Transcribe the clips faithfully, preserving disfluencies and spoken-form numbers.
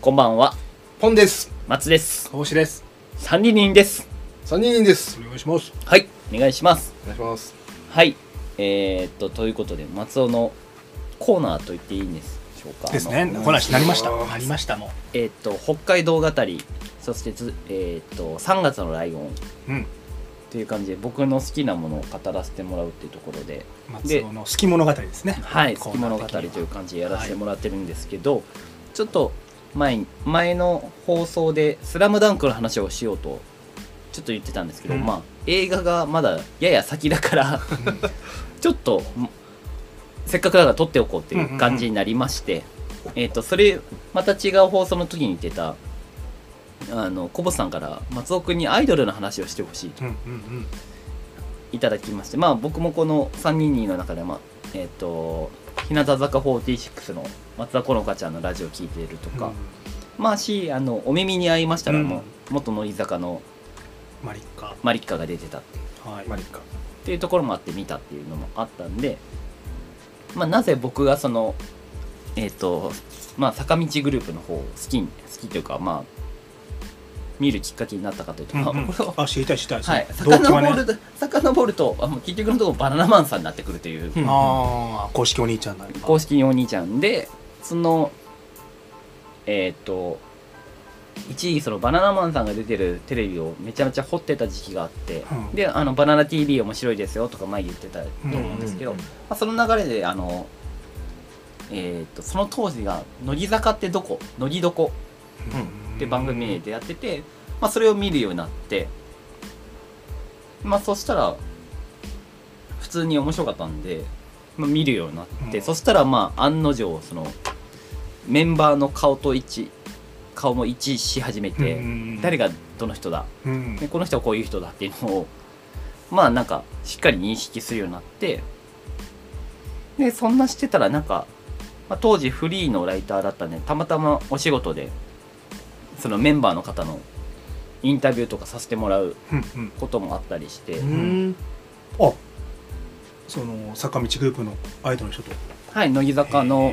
こんばんは。 ポンです。 松です。 星です。 三人人です。 三人です。 お願いします。 はい、お願いします。 お願いします。 はい、えー、っとということで松尾のコーナーと言っていいんでしょうか。 ですね。コーナーになりました。なりましたもん。 えー、っと北海道語り、そしてつえー、っとさんがつのライオン。うん。という感じで僕の好きなものを語らせてもらうっていうところで、 松尾の好き物語ですね。 はい、好き物語という感じでやらせてもらってるんですけど、はい、ちょっと前前の放送で「スラムダンクの話をしようとちょっと言ってたんですけど、うん、まあ映画がまだやや先だからちょっとせっかくだから撮っておこうっていう感じになりまして、うんうんうん、えっとそれまた違う放送の時に言ってたあのコボさんから松尾くんにアイドルの話をしてほしいといただきまして、まあ僕もこのさんにんの中でまあえっと日向坂フォーティーシックスの松田好花ちゃんのラジオを聞いているとか、うん、まあしあのお耳に合いましたらもう、うん、元乃木坂のマリッカマリッカが出てたっていう、 はい、マリッカっていうところもあって見たっていうのもあったんで、まあなぜ僕がそのえっとまあ坂道グループの方を好き好きというかまあ見るきっかけになったかというと、うんうん、 まあ、あ知りたい知りたいです、 はい、遡る、ね、遡るとあもう結局のところバナナマンさんになってくるという、 うん、ああ公式お兄ちゃんなん公式お兄ちゃんでそのえっ、ー、と一時そのバナナマンさんが出てるテレビをめちゃめちゃ掘ってた時期があって、うん、であのバナナ ティーブイ 面白いですよとか前言ってたと思うんですけど、うんうんうんまあ、その流れであのえっ、ー、とその当時が乃木坂ってどこ乃木どこ、うんって番組でやってて、まあ、それを見るようになって、まあそしたら普通に面白かったんで、まあ、見るようになって、うん、そしたらまあ案の定そのメンバーの顔と一致顔も一致し始めて、うん、誰がどの人だ、うん、でこの人はこういう人だっていうのをまあなんかしっかり認識するようになって、でそんなしてたらなんか、まあ、当時フリーのライターだったんでたまたまお仕事でそのメンバーの方のインタビューとかさせてもらうこともあったりして、うんうん、 あその坂道グループのアイドルの人とはい乃木坂の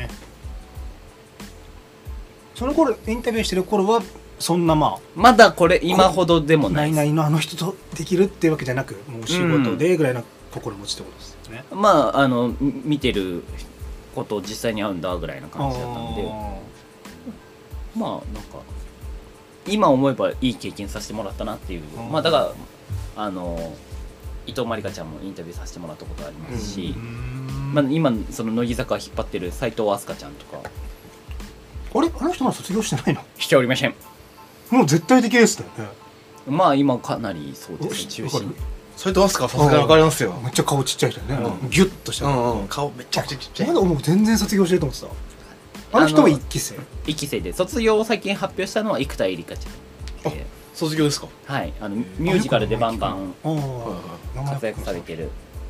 その頃インタビューしてる頃はそんなまあまだこれ今ほどでもないです。ないないのあの人とできるっていうわけじゃなくもう仕事でぐらいな心持ちってことですね、 うん、まああの見てることを実際に会うんだぐらいな感じだったんでまあなんか今思えばいい経験させてもらったなっていう、まあだからあの伊藤まりかちゃんもインタビューさせてもらったことありますし、まあ、今その乃木坂を引っ張ってる斉藤飛鳥ちゃんとかあれあの人は卒業してないの？ しておりません。 もう絶対的エースだよね。 まあ今かなりそうです中心。 斉藤飛鳥はさすがに分かりますよ。 めっちゃ顔ちっちゃい人ね、うん、ギュッとした、 うんうん、顔めちゃくちゃちっちゃい。 まだもう全然卒業してると思ってた。あの人は一期生一期生で卒業を最近発表したのは生田絵梨花ちゃん。 あ、卒業ですか？ はい、あのミュージカルでバンバン活躍されてる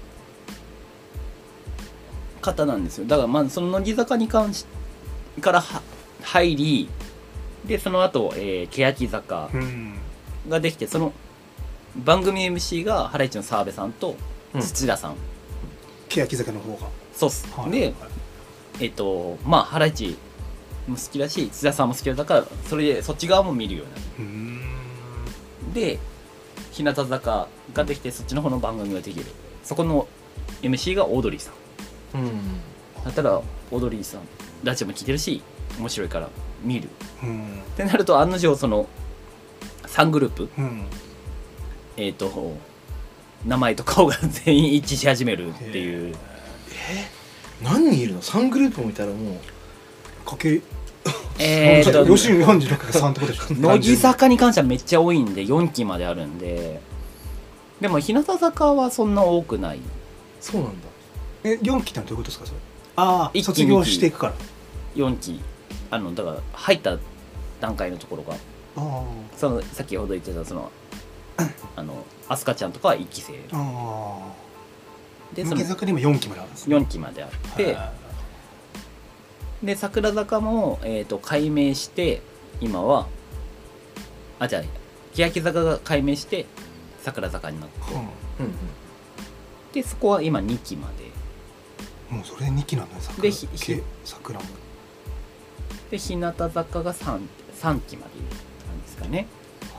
方なんですよ。だからまあその乃木坂に関しからは入りでその後、えー、欅坂ができて、その番組 エムシー がハライチの澤部さんと土田さん、うん、 欅坂の方がそうっす、はい、で、はいえっとまあハライチも好きだし津田さんも好きだからそれでそっち側も見るようになる。で日向坂ができてそっちの方の番組ができる。そこの エムシー がオードリーさん、うん、だったらオードリーさんラジオも聞いてるし面白いから見る、うん、ってなると案の定そのさんグループ、うん、えっと名前と顔が全員一致し始めるっていう。 え何人いるの？さんグループもいたらもうかけえーっとよんじゅうよんじゅうろくがさんってことでしょ。 乃木坂に関してはめっちゃ多いんでよんきまであるんで、でも日向坂はそんな多くない。 そうなんだ。 えよんきってのはどういうことですかそれ？ああ卒業していくからよんきあのだから入った段階のところがあそのさっきほど言ってたそのあの飛鳥ちゃんとかはいっき生。あで乃木坂にもよんきまであるんですね。 よんきまであってで桜坂も、えー、と改名して今はあじゃあ欅坂が改名して桜坂になって、うんうんうん、でそこは今にきまで。 もうそれでにきなんだね。桜で桜もで日向坂が 3, 3期までいる感じですかね。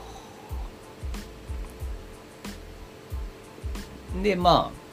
でまあ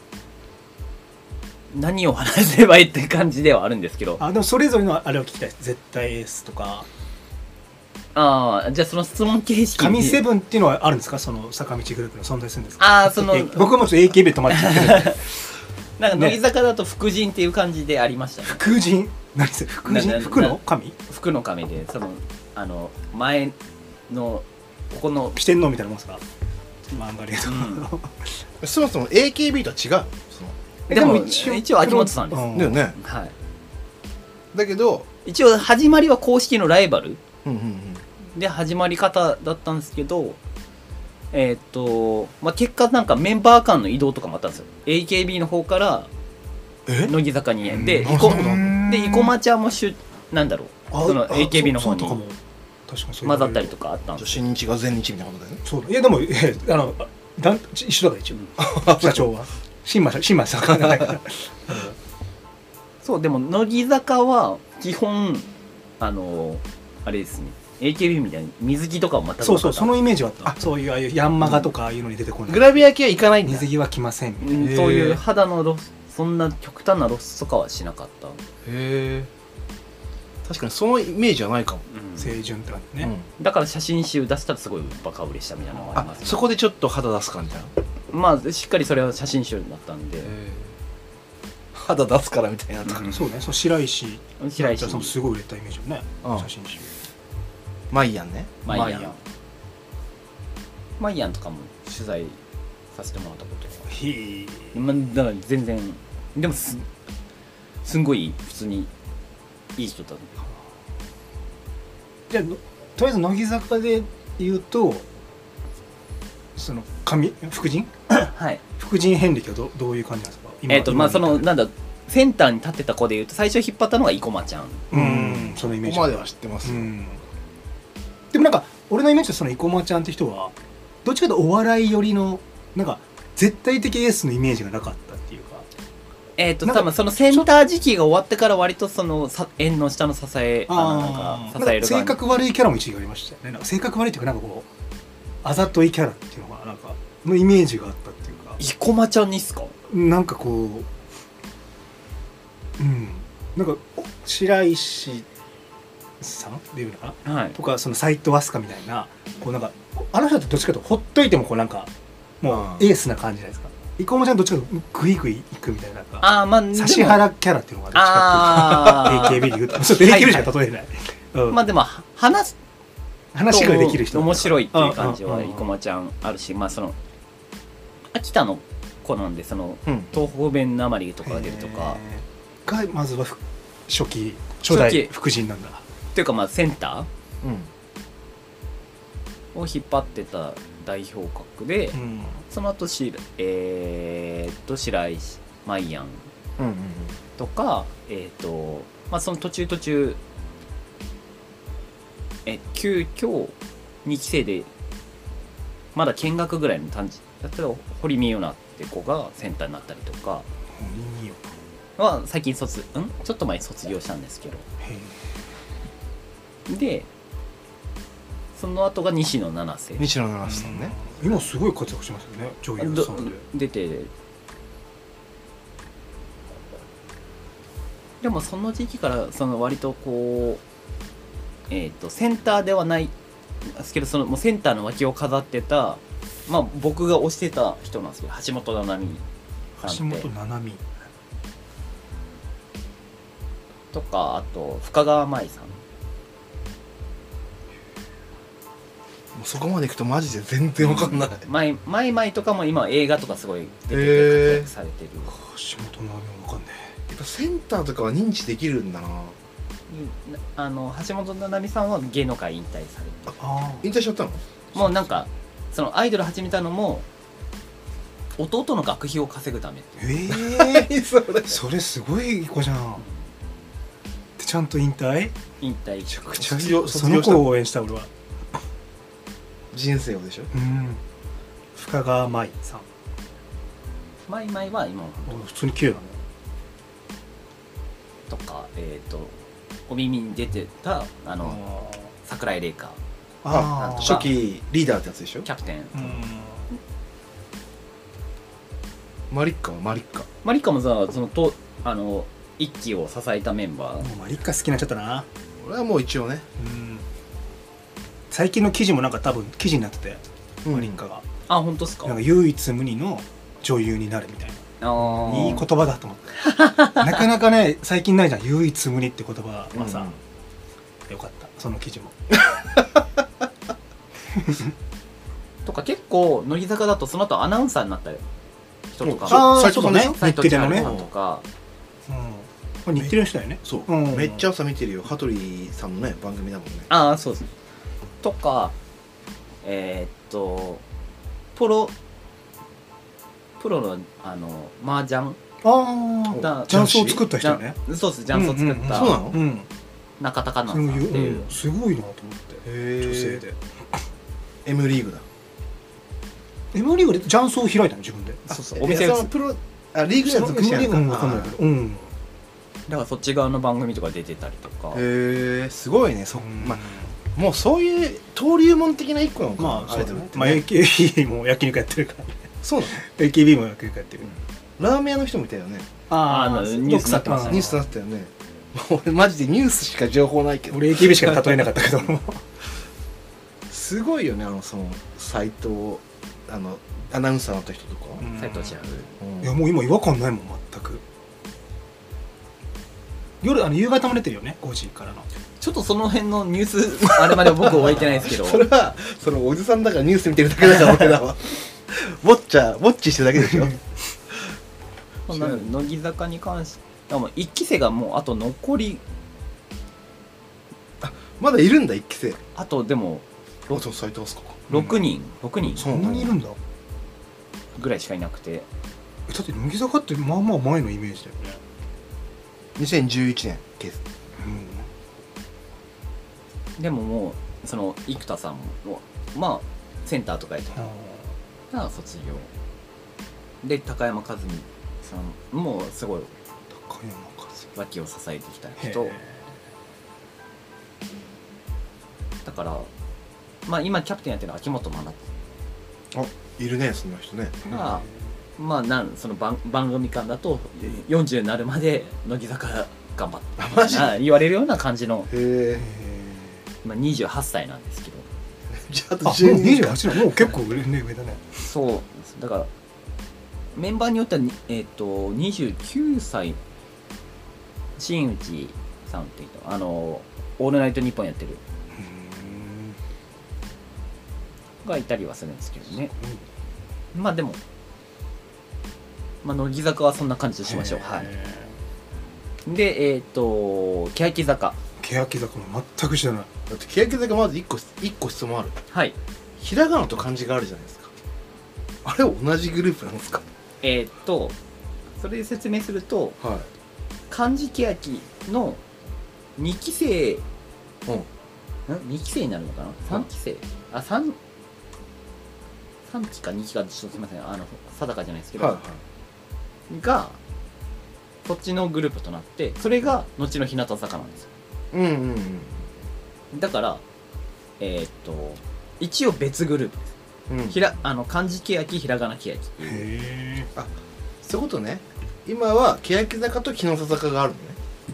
何を話せばいいって感じではあるんですけど、 あでもそれぞれのあれを聞きたいです。絶対エースとかああじゃあその質問形式神セブンっていうのはあるんですか、その坂道グループの存在するんですか。 ああそのえ僕はもちろん エーケービー 止まっちゃってるんでなんか乃木坂だと福神っていう感じでありましたね。 福神何ですか、福なな神福の神福の神でそのあの前のここの四天王みたいなもんですか、漫画で言うと、 うんそもそも エーケービー とは違うそのでも一応秋元さんです、 うんだよね。 はいだけど一応始まりは公式のライバルうんうんうんで始まり方だったんですけど、えーっと、まあ、結果なんかメンバー間の移動とかもあったんですよ。 エーケービー の方からえ乃木坂にうんであイコそうなんで生駒ちゃんもしゅなんだろうあそのあエーケービー の方にそうそうとかも確かにそういう混ざったりとかあったんですよ。 じゃあ新日が全日みたいなことだよね。 そうだ、いやでも、えあのだん一緒だから一応社長は新馬新馬さんからないからそうでも乃木坂は基本あのあれですね エーケービー みたいに水着とかを全くそうそうそのう、 イメージはあった。そういうああいうヤンマガとかああいうのに出てこない、 グラビア系は行かないんだ。 水着は着ませんみたいな、 うん、そういう肌の露そんな極端な露出とかはしなかった、 へえ。確かにそのイメージはないかも。 うん清純って感じね、 うんだから写真集出したらすごいバカ売れしたみたいなのがありあますね。 そこでちょっと肌出すかみたいな。 まあしっかりそれは写真集だったんで、 肌出すからみたいなとか。 うんそうね、そう白石白石さんもすごい売れたイメージよね、 うん写真集。 マイアンね。 マイアンマイアンマイアンとかも取材させてもらったことがへえ。 まあだから全然でもすすんごい普通にいい人だ、 じゃあのとりあえず乃木坂で言うとその神福神はい福神遍歴はどどういう感じなんですか。今えっ、とまあその今なんだセンターに立ってた子で言うと最初引っ張ったのが生駒ちゃん。 うんそのイメージ。 ここまでは知ってますよ。 うんでもなんか俺のイメージでその生駒ちゃんって人はどっちかというとお笑い寄りのなんか絶対的エースのイメージがなかったっていうか。 えっ、となんか多分そのセンター時期が終わってから割とそのさ縁の下の支えあのなんあか支えるーなんか性格悪いキャラも一時がありましたよね。なんか性格悪いっていうかなんかこうあざといキャラっていうのがなんかのイメージがあったっていうか、 生駒ちゃんにっすか。 なんかこううんなんかお白石さんっていうのかなはいとかその斎藤飛鳥みたいなこうなんかあの人ってどっちかというとほっといてもこうなんかもうエースな感じじゃないですか。生駒ちゃんどっちかというとグイグイいくみたいななんかああまあでも指原キャラっていうのがどっちかっていうあと エーケービー で言うとちょっと エーケービー しか例えない、うんまあでも話す話ができる人面白いっていう感じはうんうんうん生駒ちゃんあるし、まあその秋田の子なんでそのうん。 東北弁なまりとかが出るとかえーがまずはふ初期初代初期福神なんだ。 っていうかまあセンタうん。 ーを引っ張ってた代表格で、 うんその後しえー、っと白石マイアンうんうんとかえー、っとまあその途中途中え急遽にき生でまだ見学ぐらいの短時だったら堀美央奈って子がセンターになったりとかいいよは最近卒んちょっと前に卒業したんですけどへでその後が西野七瀬西野七瀬さんね。 ー今すごい活躍してますよね女優どさんで。 出てでもその時期からその割とこうえっ、とセンターではないですけどそのもうセンターの脇を飾ってたまあ僕が推してた人なんですけど橋本七海さ橋んって本七海とかあと深川舞さんもうそこまで行くとマジで全然わかんない。 マイマイマイとかも今映画とかすごい出てて活躍されてる、 橋本七海もわかんねやっぱセンターとかは認知できるんだな。 あの橋本七海さんは芸能界引退されてえ。あ引退しちゃったの？ もうなんかそのアイドル始めたのも弟の学費を稼ぐためってええそれ。 それすごい子じゃん。でちゃんと引退？ 引退めちゃくちゃ卒業その卒業した子を応援した俺は。 人生をでしょ。 うん。深川舞さん。 マイマイは今普通に綺麗だね。 とかえっ、とお耳に出てたあのあ桜井玲香あー初期リーダーってやつでしょ。 キャプテン、 うんマリッカはマリッカ。 マリカもさそのとあの一期を支えたメンバー、 もうマリッカ好きになっちゃったな。 俺はもう一応ね、 うん最近の記事もなんか多分記事になってて、 うんマリッカがあ本当っすか。 なんか唯一無二の女優になるみたいな、 あーいい言葉だと思ってなかなかね最近ないじゃん、唯一無二って言葉はさ、よかったその記事もとか結構乃木坂だとその後アナウンサーになった人とかそうああ斉藤さんねそうだ斉藤千日テレのね、 春さんとか、 うん、日テレの人だよね。 そう、 うんめっちゃ朝見てるよ。羽鳥さんのね番組だもんね。 ああそうですとかえー、っとプロプロのあの麻雀あだあ雀荘を作った人ね。 そうです雀荘作っうんうんうんたそうなの？ うん中田香それも奈さんっていう、 うんすごいなと思ってへ女性で M リーグだ。 M リーグで雀荘を開いたの自分で。 そうそうえお店をそのプロあリーグには属してないうんわかんないけど、うんだからそっち側の番組とか出てたりとか、 へえすごいね。そ、 うんまあもうそういう登竜門的な一個なのかな、 まあそうだねアイドルってね。 まあ エーケービー も焼肉やってるからねそうなの？ エーケービー も焼肉やってる。 ラーメン屋の人みたいよね。 あーニュースになってましたねニュースになったよね。俺マジでニュースしか情報ないけど。 俺 エーケービー しか例えなかったけどすごいよね、あのその斎藤あのアナウンサーになった人とか。 斉藤千春うんいやもう今違和感ないもん全く。夜あの夕方も出てるよねごじからの。 ちょっとその辺のニュースあれまで僕覚えてないですけどそれはそのおじさんだからニュース見てるだけだから俺らはウォッチャーウォッチしてるだけでしょ。 そんな乃木坂に関してもいっき生がもうあと残りまだいるんだ一期生。 あとでもあそう斎藤飛鳥か。 ろくにん、ろくにんそうそんなにいるんだ。 ぐらいしかいなくて、 えだって乃木坂ってまあまあ前のイメージだよね。 にせんじゅういちねんケース。 うんでももうその生田さんもまあセンターとかやってあたら卒業で高山和美さんもすごいー高山和脇を支えてきた也人だからまあ今キャプテンやってる秋元真夏あいるねそんな人ね。 がまあなんその番番組間だとよんじゅうになるまで乃木坂頑張ったあマジあ言われるような感じの、 へえ。 まあ、にじゅうはっさいなんですけどじゃああとあじゅうもうににじゅうはちだもう結構上ね上だね。 そうですだからメンバーによってはに、えー、とにじゅうきゅうさい新内さんっていう人あのオールナイトニッポンやってるがいたりはするんですけどねまあでもまあ乃木坂はそんな感じとしましょうはいでえっ、と欅坂欅坂も全く知らない。 だって欅坂まず一個一個質問ある。 はいひらがなと漢字があるじゃないですか。あれ同じグループなんですか？ えっ、とそれで説明するとは漢字欅のにき生い。うん。 んにき生になるのかなさんき生あ三三期かにきかちょっとすみませんあの定かじゃないですけど、 はいはがそっちのグループとなってそれが後の日向坂なんですよい。うんうんうん。 だからえーっと一応別グループですうん、 ひらあの漢字欅ひらがな欅っていうへそういうことね。今は欅坂と木下坂があるのね。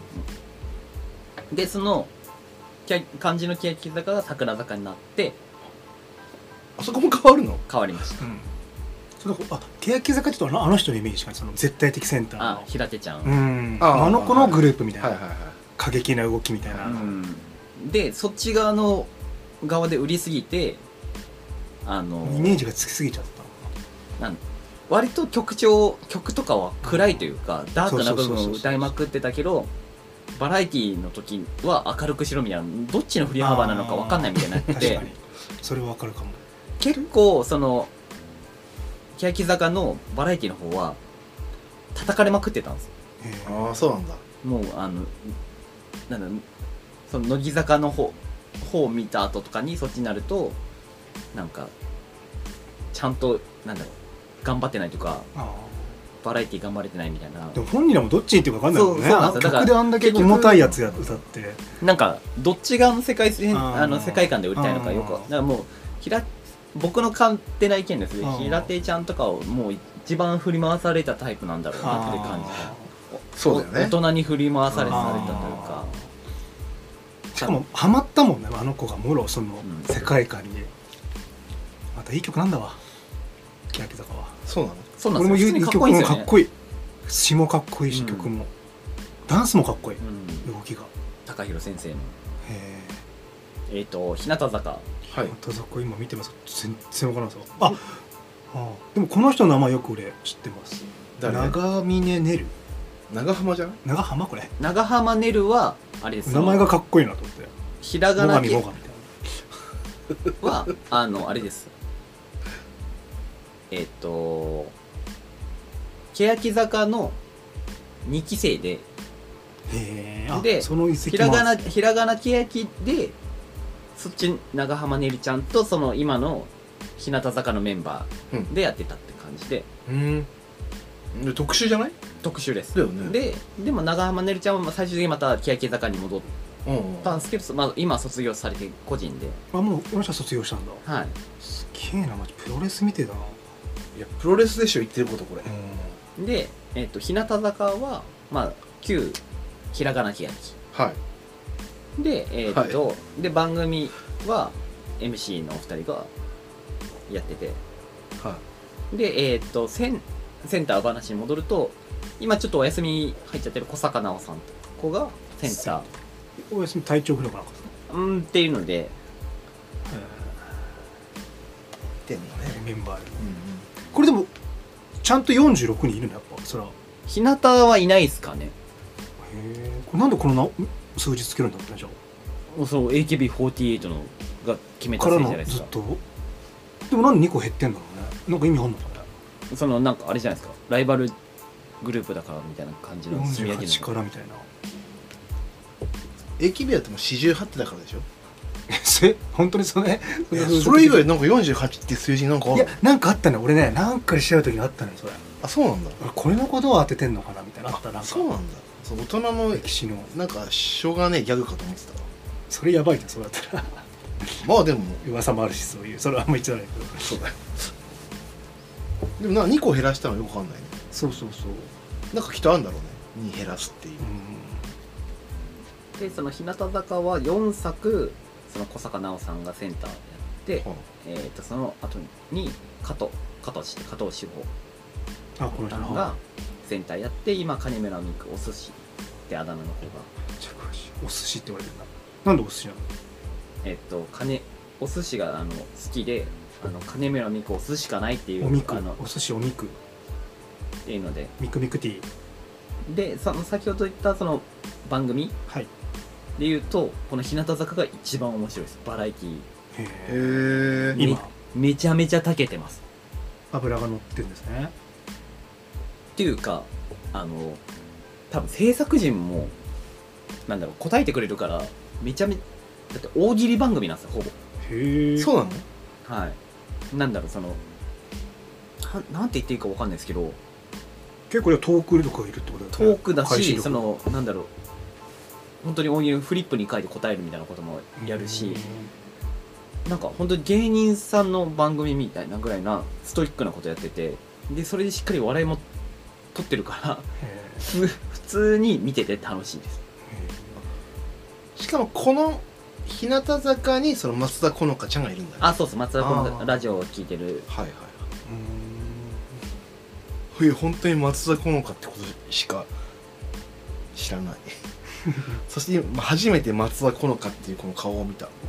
でそのきゃ漢字の欅坂が桜坂になってあそこも変わるの？ 変わりましたえ。うん。それあ欅坂って言うとあのあの人のイメージしかないその絶対的センターあの。 平手ちゃん、 うん。 ああの子のグループみたいなはいはいはい。 過激な動きみたいな。 うんでそっち側の側で売りすぎてあのイメージがつきすぎちゃった。 なん割と曲調曲とかは暗いというか、うん、ダークな部分を歌いまくってたけどバラエティーの時は明るくしろみたいなどっちの振り幅なのか分かんないみたいになって確かにそれは分かるかも。 結構その欅坂のバラエティーの方は叩かれまくってたんですよ。 へーああそうなんだ。 もうあのなんだその乃木坂の方方を見た後とかにそっちになるとなんかちゃんとなんだろう頑張ってないとかあバラエティー頑張れてないみたいな。 でも本人らもどっちにっていうか分かんないもんね。 そうそうなんですよ。だから曲であんだけ重たいやつや歌ってなんかどっち側の世界線あーあの世界観で売りたいのかよくだあーからもうひら僕の勝手な意見ですね。 あー平手ちゃんとかをもう一番振り回されたタイプなんだろうなって感じあそうだよね大人に振り回されてされたというか。 ーしかもハマったもんねあの子がもろそのうん世界観に。またいい曲なんだわ欅坂は。 そうなの。 そうなん俺もですよ。 言う普通にかっこいいんですよね。 かっこいい詞もかっこいいしうん曲もダンスもかっこいいうん動きが。 高弘先生のへえっと日向坂はいえ。またそこ今見てます全然わからんぞ。あ、ああでもこの人の名前よく俺知ってます。 誰？ 長峰ねる長浜じゃん。 長浜これ長浜ねるはあれです。 名前がかっこいいなと思って。 ひらがな系最上もがみたいな。 はあのあれです。えっと欅坂のにきせいでへえ。あでその遺跡ひらがなもあるんですねひらがな欅でそっち長浜ねるちゃんとその今の日向坂のメンバーでやってたって感じで、 うんで特殊じゃない？ 特殊ですだよね。 ででも長浜ねるちゃんは最終的にまた欅坂に戻っうんうんたんですけど、まあ、今卒業されて個人であもう山下卒業したんだ。 はいすげえなマジプロレスみてえだな。 いやプロレスでしょ言ってることこれ。 うで、えっと日向坂はまあ旧ひらがな欅はい。 でえっと、で番組は エムシー のお二人がやっててはでえっとセンセンター話に戻ると今ちょっとお休み入っちゃってる小坂直さんって子がセンタんお休み体調不良かなんかですか。 ーうんっていうのでい。ってんのね。 メンバーでうんこれでもちゃんとよんじゅうろくにんいるのやっぱそら。へ日向はいないですかね。 え。これなんでこのな数字つけるんだろうねじゃあ。 そう エーケービーフォーティーエイト のが決めたせからのいじゃないですか。 ずっとでもなんでにこ減ってんだろうね。なんか意味あんのかね。 そのなんかあれじゃないですかライバルグループだからみたいな感じの積み上げよんじゅうはちのからみたいな。 エーケービーだってもうよんじゅうはちってだからでしょ。 え本当にそれいやそれ以外なんかよんじゅうはちって数字なんかあるいやなんかあったね俺ねなんかで調べた時にあったねそれ。 あそうなんだ。 あこれのことを当ててんのかなみたいなあったなんかそうなんだ。そう大人の歴史のなんかしょうがねえギャグかと思ってたわ。 それやばいじゃんそうだったらまあでも噂もあるしそういうそれはあんま言っちゃないけどそうだよ。でもなんかにこ減らしたのよくわかんないね。 そうそうそうなんかきっとあるんだろうね。に減らすっていう。 うでその日向坂はよんさくその小坂直さんがセンターやって、 はえー、とその後に加藤加藤加藤志保んあこの人のさんがセンターやって今金村美久お寿司ってあだ名の子が着手お寿司って言われてるななんでお寿司なの。 えっ、と金お寿司があの好きであの金村美久お寿司しかないっていうお肉あのお寿司お肉っていうのでミクミクティーでその先ほど言ったその番組はいでいうとこの日向坂が一番面白いです。バラエティへへええ。 今めちゃめちゃ長けてます油が乗ってるんですね。 っていうかあの多分制作陣もなんだろう答えてくれるからめちゃめちゃだって大喜利番組なんですよほぼ。 へえそうなの？ はいなんだろうそのはなんて言っていいかわかんないですけど結構トークとかがいるってことだよね。 トークだ回収力しそのなんだろう本当に大喜利フリップに書いて答えるみたいなこともやるしなんか本当に芸人さんの番組みたいなぐらいなストイックなことやっててでそれでしっかり笑いも取ってるからへ普普通に見てて楽しいです。 しかもこの日向坂にその松田好花ちゃんがいるんだね。 あそうそう松田あー君ラジオを聞いてるはいはい。 ーいや本当に松田好花ってことしか知らない。そして今初めて松田好花っていうこの顔を見た。や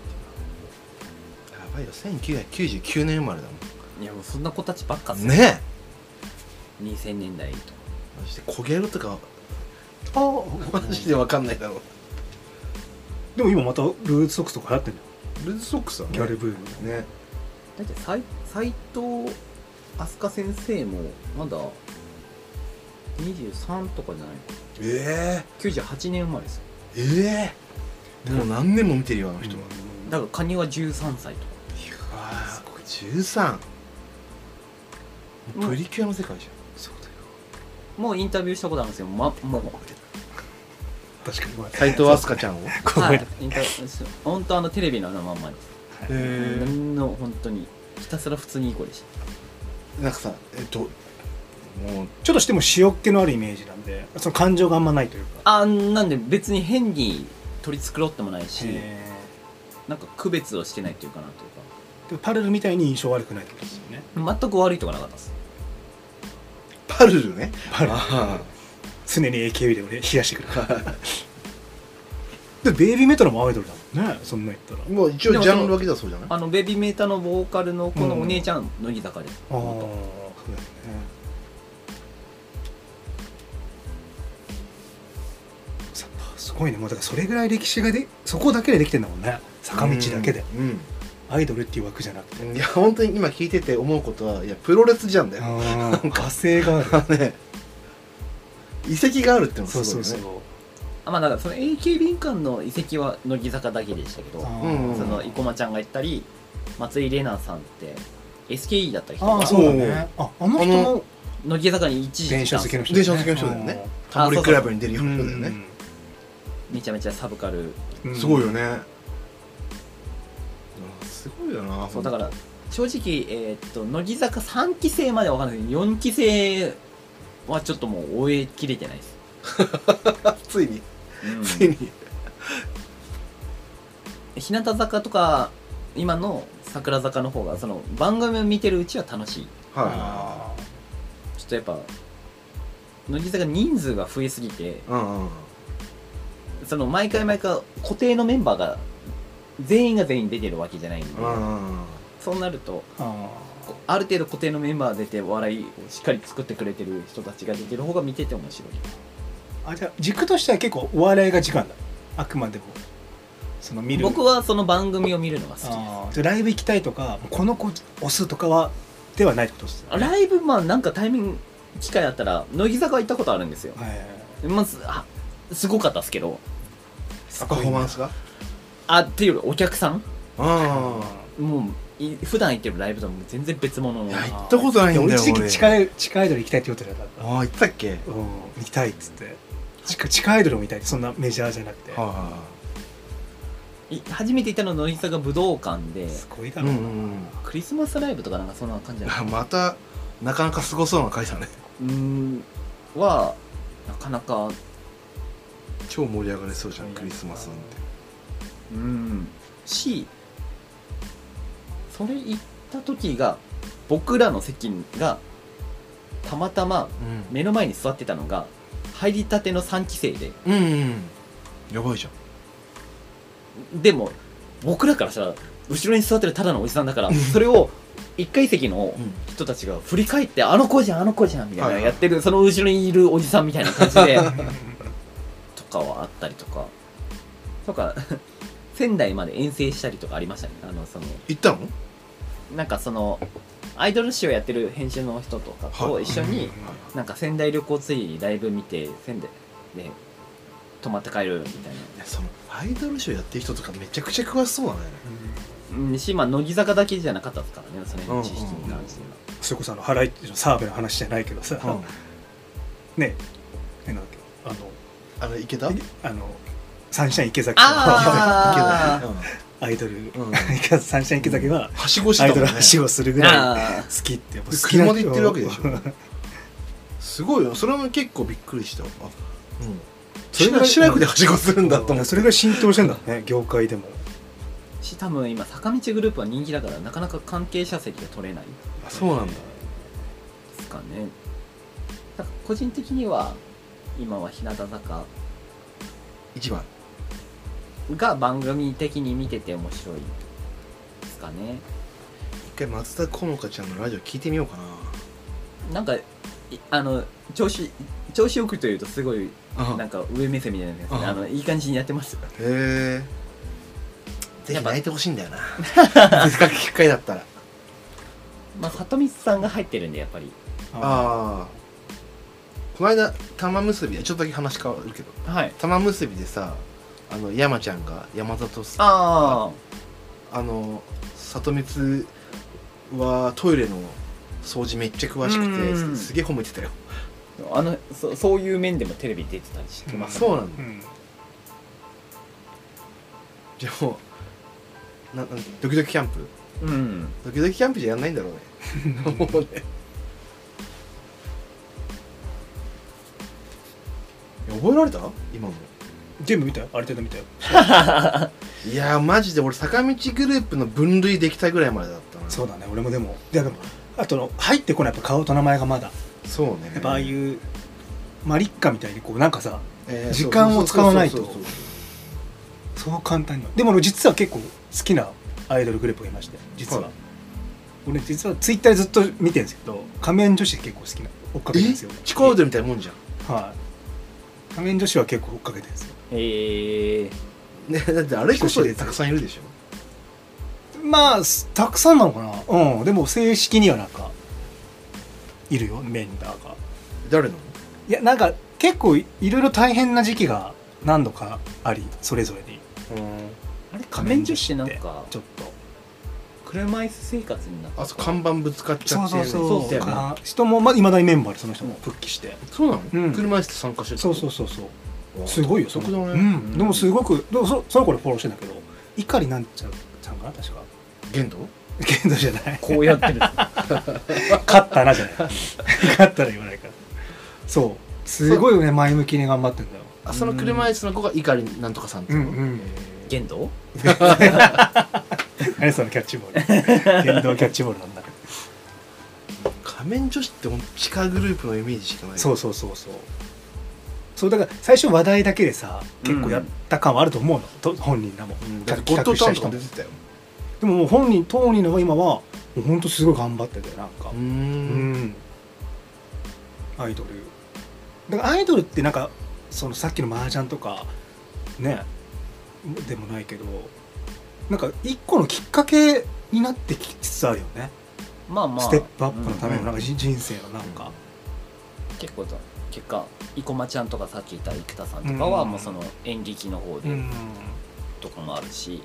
ばいよせんきゅうひゃくきゅうじゅうきゅうねん生まれだもいやもうそんな子たちばっかっすん。ねえ。 にせんねんだいとマジで焦げるとかあマジでわかんないだろう。 でも今またルーズソックスとか流行ってんじルーズソックスはね。 ゃんギャルブームね。 だって斎藤飛鳥先生もまだにじゅうさんとかじゃないえきゅうじゅうはちねん生まれですよ。 えええもう何年も見てるよあの人は。 だからカニはじゅうさんさいとかああこれじゅうさん。プリキュアの世界じゃん。 そうだよもうインタビューしたことあるんですよ、ま、もう確かにごめん斎藤飛鳥ちゃんをごめん、 はいインタ本当あのテレビのあのまんまです。 へ何の本当にひたすら普通にいい子でしえ。なんかさえっともうちょっとしても塩っ気のあるイメージなんで、その感情があんまないというか。 た。あなんで別に変に取り繕ってもないし、 へなんか区別をしてないっていうかなというか、 ーでもパルルみたいに印象悪くないってことですよね。 全く悪いとかなかったです。 パルルね。 パルルあ常に エーケービー で俺冷やしてくるでベイビーメタルもアイドルだもんね、そんな言ったら。 あもう一応ジャンル分けだそうじゃない。 あのベビーメーターのボーカルのこのお姉ちゃん、乃木坂です。 ああそうだよね。さすごいね、もうだからそれぐらい歴史がでそこだけでできてんだもんね、坂道だけで、 うんアイドルっていう枠じゃなくて。 いや本当に今聞いてて思うことは、いやプロレスじゃんだよ。 ああ火星があるあのね遺跡があるってのがそうすごいよね。 そうそう。 あまあだからその エーケービー 間の遺跡は乃木坂だけでしたけど、 あうんその生駒ちゃんが言ったり松井玲奈さんって エスケーイー だった人があーそうだね。ああの人も乃木坂に一時電車好きの人だ電車好きの人だよね。タモリクラブに出るような人だよね。 めちゃめちゃサブカル、 うんすごいよね。うんすごいよな。 そうだから正直、えーっと乃木坂さんき生までは分かんないけどよんき生はちょっともう終えきれてないです、 ついにうんついに日向坂とか今の桜坂の方がその番組を見てるうちは楽しい。 はあちょっとやっぱ乃木坂人数が増えすぎて、 い。うんうん。 その毎回毎回固定のメンバーが全員が全員出てるわけじゃないんで、 うんそうなるとーあこある程度固定のメンバー出て笑いをしっかり作ってくれてる人たちが出てる方が見てて面白い。 ーあじゃあ軸としては結構お笑いが時間だ、あくまでもその見る。 僕はその番組を見るのが好きです。 あーじゃあライブ行きたいとかこの子押すとかはではないってことですよね。 ライブまあなんかタイミング機会あったら乃木坂行ったことあるんですよ。 はいまずあすごかったですけど、 パフォーマンスが。 あっていうよりお客さんあもうい普段行ってるライブとも全然別物の。 いや行ったことないんだよ俺一時期俺地下地下アイドル行きたいって言ってなかった。 ああ言ってたっけ。 うん行きたいっつって地下地下アイドルも見たい、そんなメジャーじゃなくて。 はい初めて行ったのは乃木坂武道館で、 すごいだい。うろうな、 んうんクリスマスライブとかなんかそんな感じじゃないうん。またなかなかすごそうな回だね。 うーんはなかなか超盛り上がりそうじゃんクリスマスなんて。 うんしそれ行った時が僕らの席がたまたま目の前に座ってたのが入りたてのさんき生で、 うんうんやばいじゃん。 でも僕らからしたら後ろに座ってるただのおじさんだからそれをいっかい席の人たちが振り返ってあの子じゃんあの子じゃんみたいなはいはいやってる、その後ろにいるおじさんみたいな感じでとかはあったりとかとか仙台まで遠征したりとかありましたね。あのその行ったの？ なんかそのアイドル誌をやってる編集の人とかと一緒になんか仙台旅行ついにライブ見て仙台で泊まって帰るみたいいやそのアイドルショーやってる人とかめちゃくちゃ詳しそうだね。 な、うん、しまあ乃木坂だけじゃなかったですからね、その辺の知識に関しては。 それこそあのハライチの澤部の話じゃないけどさ、 うんねえなんだっけあのあの池田？ あのサンシャイン池崎のあー池田。 アイドル、 んサンシャイン池崎ははしごしてアイたもんね。 ドルはしごするぐらいあ好きってやっぱ好き車で行ってるわけでしょ。すごいよ。それも結構びっくりした。あ、うん。それが白くではしごするんだと思って。 それが浸透してんだね業界でも。 ーし多分今坂道グループは人気だからなかなか関係者席が取れないあそうなんだ。 ですかね。だから個人的には今は日向坂一番。 が番組的に見てて面白いですかね。 一回松田好花ちゃんのラジオ聞いてみようかな。 なんかいあの調子調子よくというとすごいあなんか上目線みたいなやつで、 ああのいい感じにやってますよ。 へえ。ぜやっぱひ泣いてほしいんだよな。せっかく機会だったら。 まあ里光さんが入ってるんでやっぱり。 ああ。この間玉結びでちょっとだけ話変わるけど、 はい。 玉結びでさ、あの山ちゃんが山里さんああの里光はトイレの掃除めっちゃ詳しくうんてすげえ褒めてたよ。 あの そ, そういう面でもテレビ出てたりしてます、 そうなんだ、 うん、 じゃあもうななドキドキキャンプうんドキドキキャンプじゃやんないんだろうねもうねいや覚えられた今の全部見たよ、ある程度見たよ。 いやーマジで俺坂道グループの分類できたぐらいまでだったな。 そうだね、俺もでもでもあとの入ってこないやっぱ顔と名前がまだそうねやっぱああいうマリッカみたいにこうなんかさ、 えー時間を使わないとそうそうそうそうそう簡単には。でも俺実は結構好きなアイドルグループがいまして、実は、 はい俺実はツイッターでずっと見てるんですけど、仮面女子結構好きな追っかけてるんですよ。 地下アイドルみたいなもんじゃん。 はい仮面女子は結構追っかけてるんですよ。 えね、だってあれ一つでたくさんいるでしょ。 まあたくさんなのかな。うんでも正式にはなんかいるよメンバーが。 誰なの？ いやなんか結構いろいろ大変な時期が何度かあり、それぞれにあれ仮面女子ってなんかちょっと車椅子生活になったあそう看板ぶつかっちゃってそうそうそうそうだよねあ人もまいまだにメンバーでその人も復帰して、 そうなの、 うん車椅子で参加してたそうそうそうそううすごいよその速度ね、 うん、でもすごくでも そ, その子でフォローしてんだけど、碇なんちゃちゃんかな確か。 限度剣道じゃないこうやってる勝ったなじゃない勝ったら言わないから。そうすごいよね、前向きに頑張ってんだよ。 あその車椅子の子が碇なんとかさんっていうの、 うんうん剣道何そのキャッチボール剣道キャッチボールなんだ。 仮面女子ってほんと地下グループのイメージしかない。 そうそうそうそうそうだから最初話題だけでさ結構やった感はあると思うの、と本人らも、 うん、 ちゃんとだってゴッドタウンと企画した人も。 か出てたよ。 でももう本人当人の今はもうほんとすごい頑張っててなんかうーうんんアイドルだからアイドルってなんかそのさっきの麻雀とかねでもないけどなんか一個のきっかけになってきつつあるよね、 まあまあステップアップのためのうんなんか人人生のなんか、 結構だ結果生駒ちゃんとかさっき言った生田さんとかはうんもうその演劇の方でうんとかもあるし、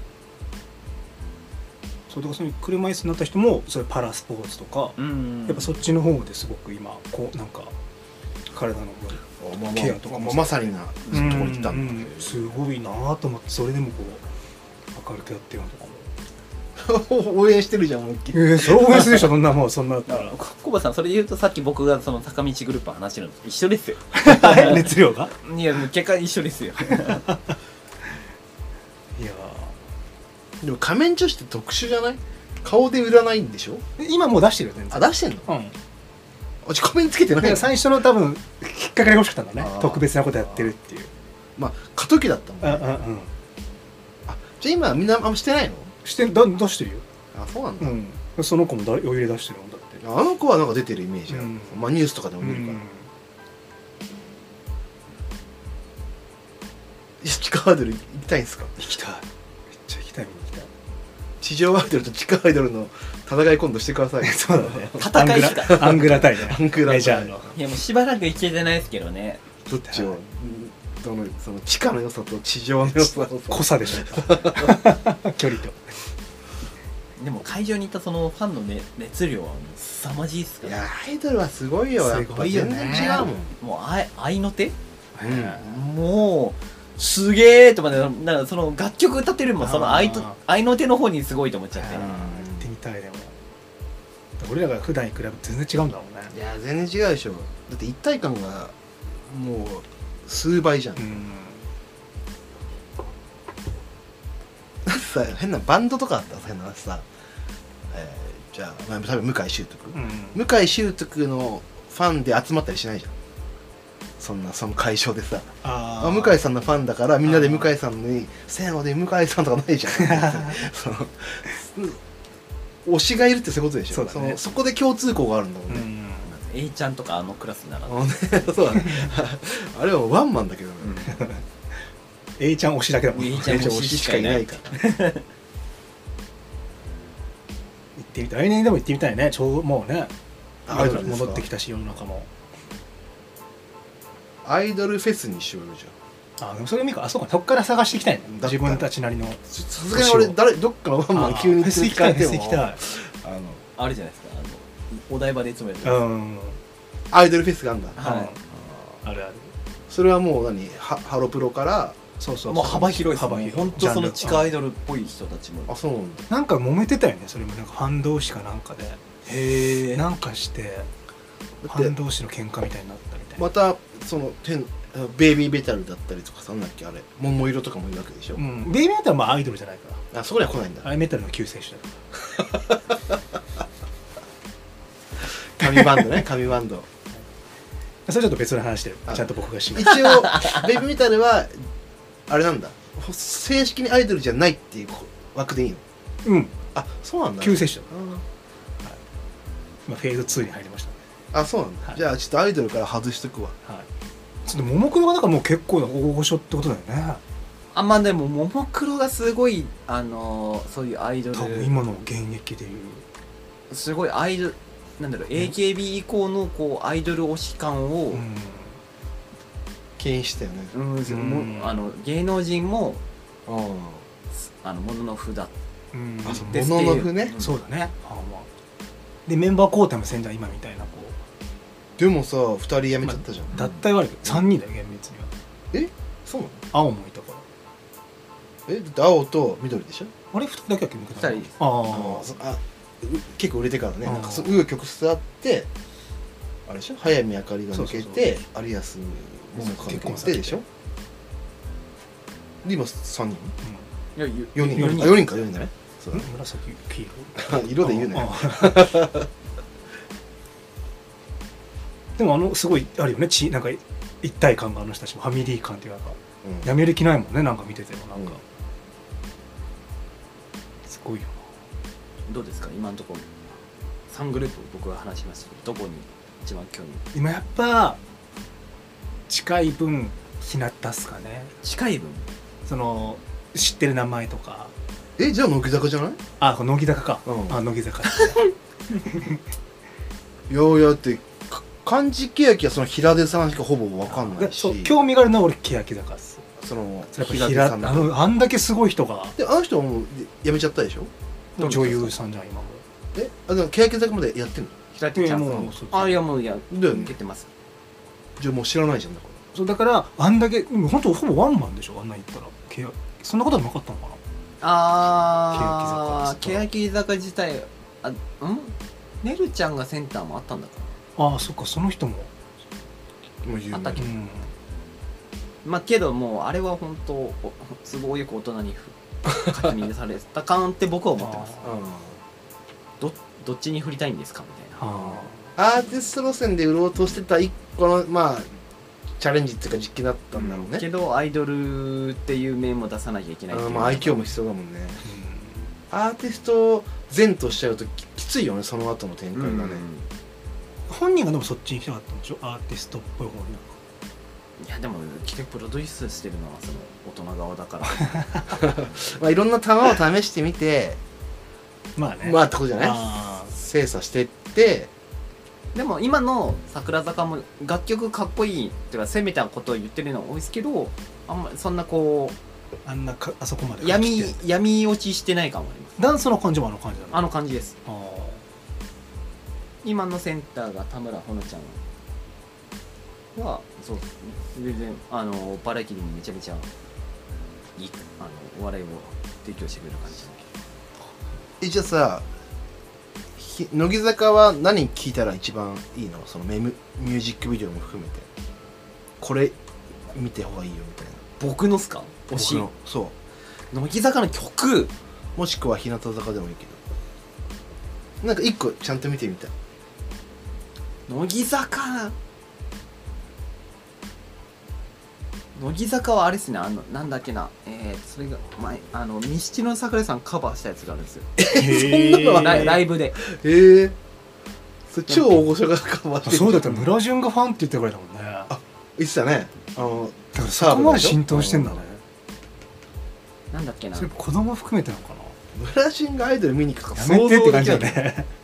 そうだからそういう車椅子になった人もそれパラスポーツとか、 うんやっぱそっちの方ですごく今こうなんか体のあまあまケアとかもあまあまさになところ行ったんだ、 うんうんすごいなと思って、それでもこう明るくやってるのとかも応援してるじゃん思いっきり。 えー、そうですでしょそんなもうそんなだったらコバさんそれで言うとさっき僕がその坂道グループの話してるのと一緒ですよ熱量がいやもう結果一緒ですよいやでも仮面女子って特殊じゃない？顔で売らないんでしょ？ ー今もう出してるよ全然。 あ出してんの？ うんあちょ仮面つけてないの？ だから最初の多分きっかけが欲しかったんだね、 あー特別なことやってるっていう。 まあ過渡期だったもんね。 うんうんうんあじゃあ今はみんなあんましてないの？ してだ出してるよ。 あそうなんだ、 うんその子もだ余裕で出してるもんだって。 あの子はなんか出てるイメージある、 うんまあニュースとかでも見るから、 うん地下アイドル行きたいんですか？ 行きたい、めっちゃ行きたい、見に行きたい。 地上アイドルと地下アイドルの戦い今度してください。 そうだね戦いしかアングラ対ねアングラ対メジャーのいやもうしばらく行けてないですけどね。 どっちをどのその地下の良さと地上の良さを濃さでしょ距離と。 でも会場に行ったそのファンの、ね、熱量はもう凄まじいっすから。 いやアイドルはすごいよ。やっぱすごいよね全然違うもん。 もう愛愛の手うんもうすげーとまでなんかその楽曲歌ってるよりもその愛とあー愛の手の方にすごいと思っちゃって、 行ってみたいでも俺らが普段行くライブ全然違うんだもんね。 いや全然違うでしょ。だって一体感がもう数倍じゃん、 うんだってさ変なバンドとかあったらさ変な話さ、えー、じゃあ、まあ、多分向井秀徳、 うん向井秀徳のファンで集まったりしないじゃん。そんなその会場でさああ向井さんのファンだからみんなで向井さんに「せーので向井さん」とかないじゃんその推しがいるってそういうことでしょ。 そうだねのそこで共通項があるんだもんね、 うん A ちゃんとかあのクラスならあのねそうだねあれはワンマンだけどね、 A ちゃん推しだけだもん。 A 行ちゃん推ししかいないからってみたい、来年でも行ってみたいね。ちょうもうねアイドル戻ってきたたし世の中も。 アイドルフェスにしようよじゃあでもそれ見るか、あそうか、そっから探していきたいねだった自分たちなりの。 あさすがに俺誰どっかのワンマン急にフェス行きたい、フェスも行きたい。 あのあるじゃないですかあのお台場でいつもやってるうんアイドルフェスがあるんだ。 はいあるある。 それはもう何ハハロプロからそうそうそう、 もう幅広いです幅広い。 本当その地下アイドルっぽい人たちも。 あそうなんだ。 なんか揉めてたよね、それもなんかファン同士かなんかでへえ。 なんかしてファン同士の喧嘩みたいになったみたいな。 またその天ベイビーベタルだったりとかさ、なんだっけあれ桃色とかもいるわけでしょ。 うん、ベイビーメタルはまあアイドルじゃないかあそこには来ないんだ。 ら、アイメタルの救世主だか神バンドね神バンド。 ら、それちょっと別の話であちゃんと僕がしま一応ベイビーメタルはあれなんだ、正式にアイドルじゃないっていう枠でいいの。 うんあそうなんだ。 救世主だ、 あまあ、フェーズツーに入りましたね。 あそうなんだ、 はいじゃあちょっとアイドルから外しとくわ。 はい、ちょっとももクロがなんかもう結構な大御所ってことだよね。 あまあでもももクロがすごいあのーそういうアイドル多分今の現役でいうすごいアイドルなんだろう、エーケービー 以降のこうアイドル推し感を、 うん牽引したよね。 うんうんもあの芸能人もああのもののふだうんあそうですもののふね。 うんそうだね。ああまあでメンバー交代もせんじゃん今みたいなこでもさふたり辞めちゃったじゃん。 う脱退はあるけどさんにんだよ厳密には。 そうなの。 青もいたからえだって青と緑でしょ。 あれふたりだけは決めてたふたりですあああそあう結構売れてからね、 あーなんかそう紆余曲折あってあれでしょ、早見あかりが抜けて有安桃子が抜けてでしょ。で今さんにんいやゆよにんよにんあよにんかよにんだね。そうだね紫黄色色で言うね。 ああでもあのすごいあるよねちなんか一体感があの人たちもファミリー感っていうかうんやめる気ないもんねなんか見ててもなんか、 うんすごいよどうですか今のところさんグループ僕が話しましたけどどこに一番興味な。今やっぱ近い分日向っすかね。 近い分その知ってる名前とか。 えじゃあ乃木坂じゃない。 あこれ乃木坂か、 うんあ乃木坂いやいやってか漢字欅はその平出さんしかほぼ分かんないし、 そう興味があるのは俺欅坂っす。 そのやっぱ平平あ出さんののあんだけすごい人がであの人はもう辞めちゃったでしょ。 女優さんじゃん今も。 えあでも欅坂までやってんの。 平手ちゃんいやもうそうあいやもういやだよね受けてます。 じゃあもう知らないじゃんだかそうだからあんだけ本当ほぼワンマンでしょあんな言ったら欅そんなことはなかったのかな。 あー欅欅坂自体あんねるちゃんがセンターもあったんだかああそっかその人もらもう有名あったっけうんまあけどもうあれは本当お都合よく大人に確認された感って僕は思ってます。どどっちに振りたいんですかみたいな。 あアーティスト路線で売ろうとしてた一個のまあチャレンジっていうか実験だったんだろうね。 けどアイドルっていう面も出さなきゃいけないっていうあまあ愛嬌も必要だもんね。 あ、うんアーティストを善としちゃうとききついよねその後の展開がね。 本人がでもそっちに行きたかったんでしょアーティストっぽい方に。 いやでも来てプロデュースしてるのはその大人側だからまあいろんな球を試してみてまあねまあってことじゃない。 あ精査してってでも今の桜坂も楽曲かっこいいっていうか攻めたことを言ってるのは多いですけどあんまりそんなこーあんなかあそこまでう闇書き切って闇落ちしてない感はあります。 ダンスの感じもあの感じだあの感じです。 あ今のセンターが田村ほのちゃんはそうですね全然あのバラエティにめちゃめちゃいいあのお笑いを提供してくれる感じだけえじゃあさひ乃木坂は何聞いたら一番いいの。そのメムミュージックビデオも含めてこれ見て方がいいよみたいな。 ど僕のっすか推し僕のそう乃木坂の曲もしくは日向坂でもいいけどなんか一個ちゃんと見てみたい。 乃木坂乃木坂はあれですねあのなんだっけなえー、それが前あのミスチルの桜井さんカバーしたやつがあるんですよへそんなのあるライライブでへえそれ超大御所がカバーしてる。 そうだったら村淳がファンって言ってくれたもんね。だか言ってたね。あのらそこまで浸透してんだね。 なんだっけなそれ子供含めてなのか村人がアイドル見に行くとかな。やめてって感じだ想像できない。 ね。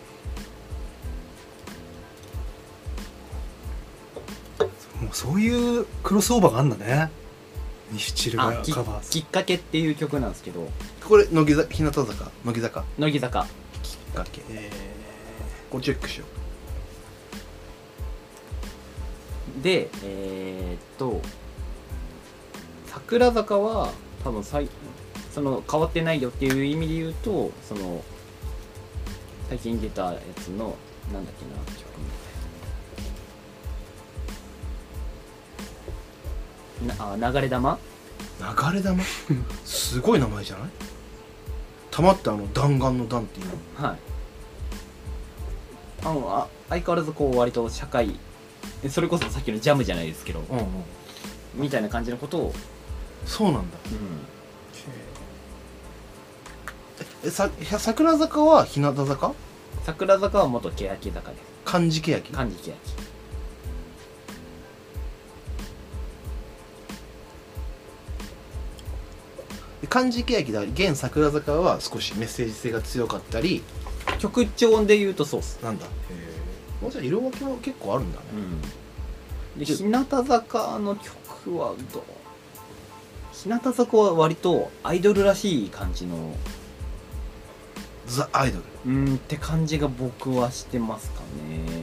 もうそういうクロスオーバーがあんだね。ミスチルがあきカバーする。 きっかけっていう曲なんですけどこれ乃木坂日向坂乃木坂乃木坂きっかけえこれチェックしよでえー、っと桜坂は多分さいその変わってないよっていう意味で言うと、その最近出たやつのなんだっけな曲なあ流れ玉流れ玉すごい名前じゃない？玉ってあの弾丸の弾っていうの？ はい。あのあ相変わらずこう割と社会それこそさっきのジャムじゃないですけど、 うんうん、 みたいな感じのことを、 そうなんだ。 うん、 えさ桜坂は日向坂？ 桜坂は元欅坂です。 漢字欅？ 漢字欅。 漢字欅だ現桜坂は少しメッセージ性が強かったり、 曲調で言うとそうっす。 なんだ。へえ。もうじゃあ色分けも結構あるんだね。 うん。で日向坂の曲はどう？日向坂は割とアイドルらしい感じのザ・アイドル。 うんって感じが僕はしてますかね。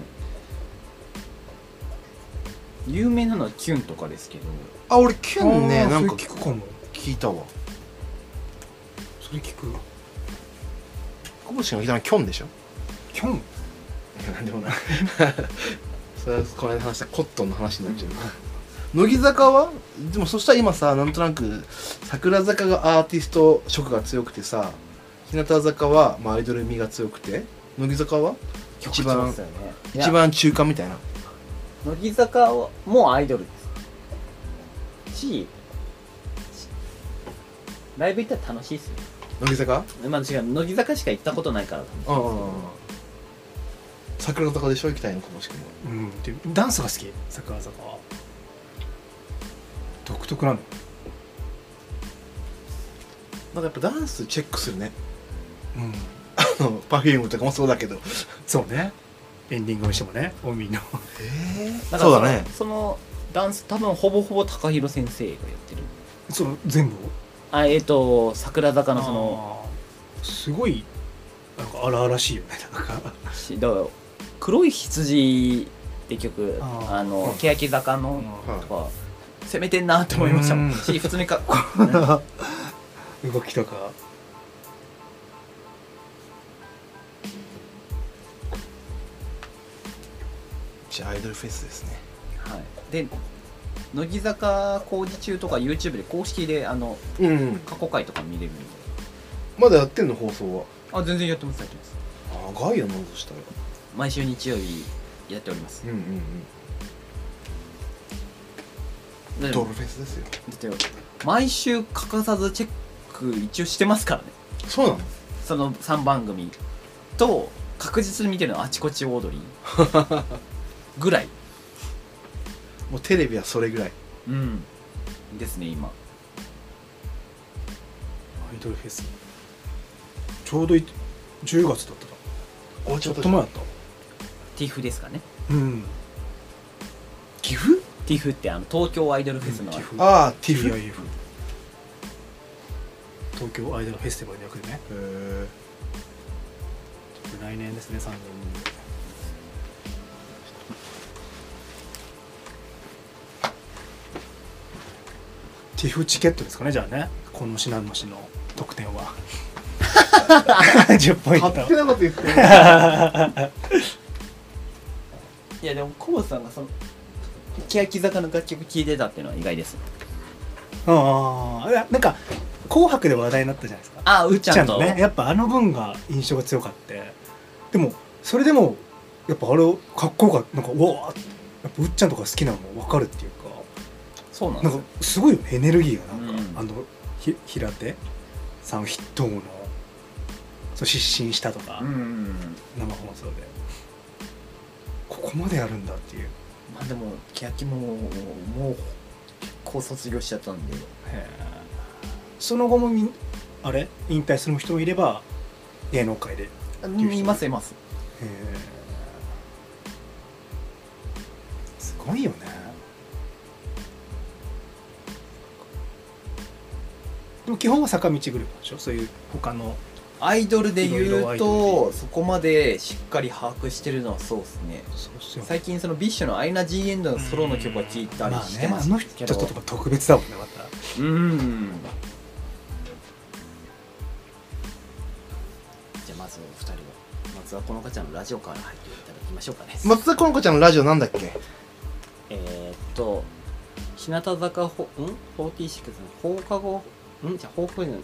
有名なのはキュンとかですけど。 あ、俺キュンね、なんか聞くかも。 聞いたわ。 それ聞く。 小渕が聞いたのはキョンでしょ？ キョン？ いや、なんでもない。それはこの間話したコットンの話になっちゃう。乃木坂はでもそしたら今さ、なんとなく桜坂がアーティスト色が強くてさ、日向坂はまあアイドル味が強くて、乃木坂は一番、 ね、 一番中間みたいな。 乃木坂はもうアイドルですし、ライブ行ったら楽しいっすよ。 乃木坂？ まあ違う、乃木坂しか行ったことないから楽しいですけど。 桜坂でしょ、行きたいのかもしれない。 うん。でダンスが好き。桜坂は独特なの。 なんかやっぱダンスチェックするね。 うん。 あの Perfume とかもそうだけど。 そうね。エンディングにしてもね、オミの。 ええ。 だからそうだね。 そのダンス多分ほぼほぼ高弘先生がやってる。 その全部を。 あえっ、ー、と桜坂のそのすごいなんか荒々しいよね。なんかしだから黒い羊って曲ああの、 うん、 欅坂のうんとか攻めてんなって思いましたもん。 うんし普通にかっこいい。 動きとか。 じゃあアイドルフェスですね。 はい。で乃木坂工事中とか YouTube で公式であのうん、 過去回とか見れるんで。 まだやってんの放送は？ あ全然やってますやってます。 長いよな、そしたら。 毎週日曜日やっております。 うんうんうん。 だってドルフェスですよ。 だって毎週欠かさずチェック一応してますからね。 そうなの？ そのさんばん組と確実に見てるのはあちこちオードリーぐらい。 もうテレビはそれぐらい。 うんですね今。 アイドルフェスちょうどいじゅうがつだったな。ちょっと前だった。 ティフですかね。 うん岐阜？ ティフってあの東京アイドルフェスの、 ティフああ、ティフ。 ティーアイエフ 東京アイドルフェスティバルの役でね。 へえ。 来年ですね、さんねんに。ティフチケットですかね、じゃあね、この品の市の得点はじゅっポイント。 勝手なこと言ってる。 いやでもコボさんがその欅坂の楽曲聴いてたっていうのは意外です。 ああ、なんか紅白で話題になったじゃないですか。 ああ、うっちゃんとのね、やっぱあの分が印象が強かって、でもそれでもやっぱあれかっこよかった。なんかうわー、やっぱうっちゃんとか好きなのも分かるっていうか、 そうなんですよ。 なんかすごいよね、エネルギーがなんか、 うんあのひ平手さん筆頭のそう失神したとか、 うんうんうん。 生放送でここまでやるんだっていう。 まあでも欅ももう結構卒業しちゃったんで。 へえ。その後もみあれ引退する人もいれば芸能界でへいますいます。 え。すごいよね。でも基本は坂道グループでしょ。そういう他のアイドルで言いろいろアうイドとそこまでしっかり把握してるのはそうですね。 そうっすよ最近そのビッシュのアイナ・ジーエンドのソロの曲は聴いたりまあしてますね、あの人とか特別だもんねまた。 うーん。じゃあまずお二人は松田好花ちゃんのラジオから入っていただきましょうかね。 松田好花ちゃんのラジオなんだっけ？ えー、っと日向坂ほんフォーティーシックスの放課後んじゃあ放課後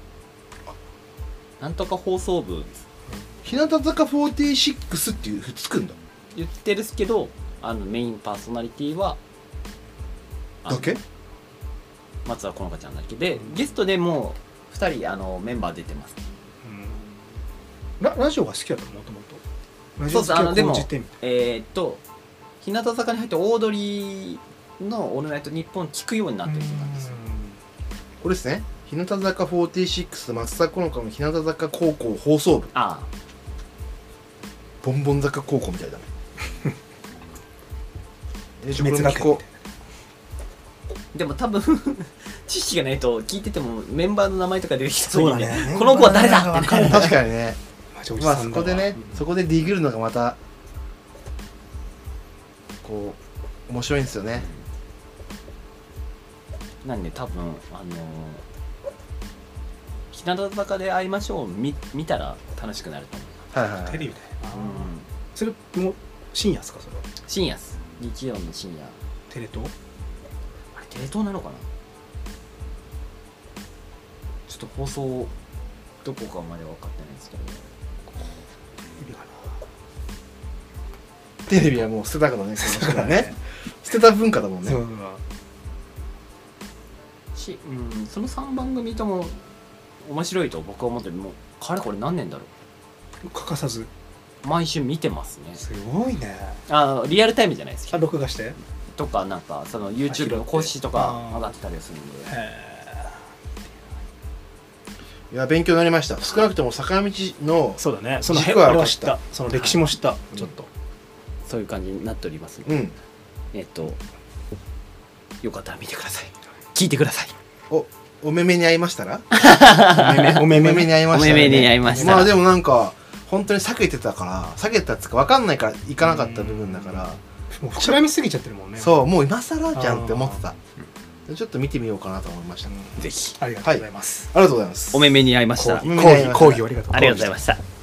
なんとか放送部日向坂フォーティーシックスっていうつくんだ言ってるっすけど、あのメインパーソナリティはあのだけ？ 松田好花ちゃんだけで、ゲストでもうふたりあのメンバー出てます。 うんララジオが好きだったのもともと。ラジそうオ好きをですあのでも講じてみたいえー、っと日向坂に入ってオードリーの「オールナイトニッポン」聞くようになってる人なんですよ。 これですね。日向坂フォーティーシックス松田好花の日向坂高校放送部。 あボンボン坂高校みたいだね。え鬼滅学園みたいあでも多分知識がないと聞いててもメンバーの名前とか出てきたそうだ時にねこの子は誰だってね。 確かにね。 な。ジョージまあさんだわそこでね、そこでディグるのがまたこう面白いんですよね。 なんで多分あの日向坂で会いましょう見見たら楽しくなると思う。 はいはいはい。 テレビで。あーうんそれも深夜ですかそれは。 深夜っす。日曜の深夜。 テレ東？ あれテレ東なのかな。ちょっと放送どこかまで分かってないんですけど。 いるかテレビはもう捨てたからね、その人はね。捨てた文化だもんな。 ね。 そうし、うん、そのさんばん組とも面白いと僕は思ってる。もうかれこれ何年だろ欠かさず。 う。毎週見てますね。 すごいね。 あリアルタイムじゃないですあか。 録画して。へとかなんかその YouTube の公式とか上がってたりするんで。 え。 いや勉強になりました。少なくとも坂道のそうだね。その軸は分かったあれは知った。その歴史も知った。ちょっと。 そういう感じになっておりますので、 うんえっとよかったら見てください。聞いてください。 おお目目に合いましたらお目目お目お目目に合いましたら、ね、 お目目に合いましたらまあでもなんか本当に避けてたから避けてたっつうか分かんないから行かなかった部分だからもう膨らみすぎちゃってるもんね。 そうもう今更じゃんって思ってた。ちょっと見てみようかなと思いました。 うんぜひありがとうございます。 ありがとうございます。 お目目に合いました。 講義お目目に合いました講義講義をありがとう。 ありがとうございました。